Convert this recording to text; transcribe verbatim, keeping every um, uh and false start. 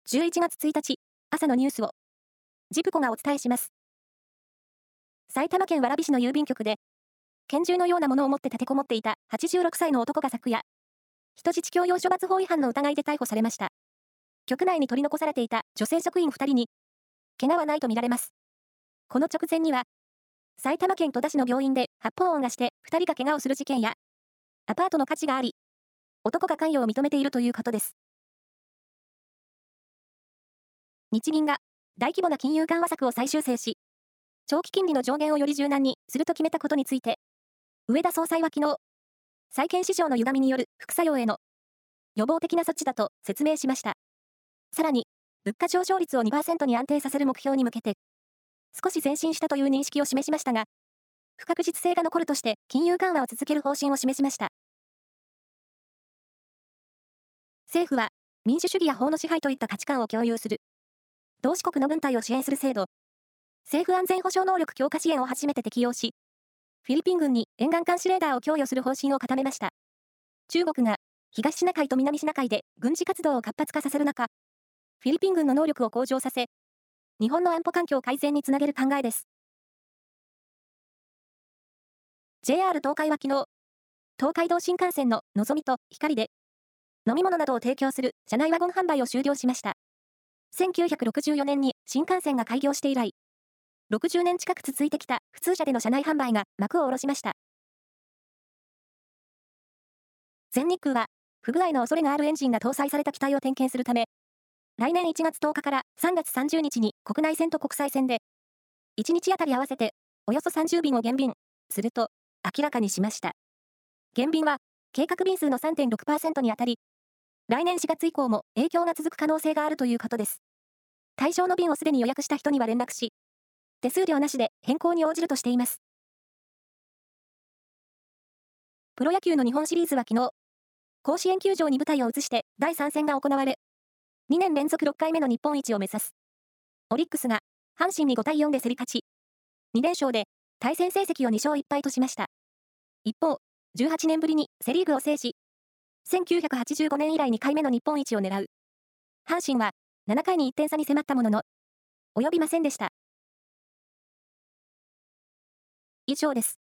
じゅういちがつついたち、朝のニュースを、ジプコがお伝えします。埼玉県蕨市の郵便局で、拳銃のようなものを持って立てこもっていたはちじゅうろくさいの男が昨夜、人質強要処罰法違反の疑いで逮捕されました。局内に取り残されていた女性職員ふたりに、怪我はないとみられます。この直前には、埼玉県戸田市の病院で発砲音がしてふたりが怪我をする事件や、アパートの火事があり、男が関与を認めているということです。日銀が大規模な金融緩和策を再修正し、長期金利の上限をより柔軟にすると決めたことについて、植田総裁は昨日、債券市場の歪みによる副作用への予防的な措置だと説明しました。さらに、物価上昇率を にパーセント に安定させる目標に向けて、少し前進したという認識を示しましたが、不確実性が残るとして金融緩和を続ける方針を示しました。政府は、民主主義や法の支配といった価値観を共有する、同志国の軍隊を支援する制度、政府安全保障能力強化支援を初めて適用し、フィリピン軍に沿岸監視レーダーを供与する方針を固めました。中国が東シナ海と南シナ海で軍事活動を活発化させる中、フィリピン軍の能力を向上させ、日本の安保環境改善につなげる考えです。ジェイアール 東海は昨日、東海道新幹線ののぞみとひかりで、飲み物などを提供する車内ワゴン販売を終了しました。せんきゅうひゃくろくじゅうよねんに新幹線が開業して以来、ろくじゅうねん近く続いてきた普通車での車内販売が幕を下ろしました。全日空は、不具合の恐れがあるエンジンが搭載された機体を点検するため、来年いちがつとおかからさんがつさんじゅうにちに国内線と国際線で、いちにちあたり合わせておよそさんじゅうびんを減便すると明らかにしました。減便は計画便数の さんてんろくパーセント にあたり、来年しがつ以降も影響が続く可能性があるということです。対象の便をすでに予約した人には連絡し、手数料なしで変更に応じるとしています。プロ野球の日本シリーズは昨日、甲子園球場に舞台を移してだいさん戦が行われ、にねん連続ろっかいめの日本一を目指す。オリックスが阪神にごたいよんで競り勝ち、に連勝で対戦成績をにしょういっぱいとしました。一方、じゅうはちねんぶりにセリーグを制し、せんきゅうひゃくはちじゅうごねん以来にかいめの日本一を狙う。阪神はななかいにいってん差に迫ったものの、及びませんでした。以上です。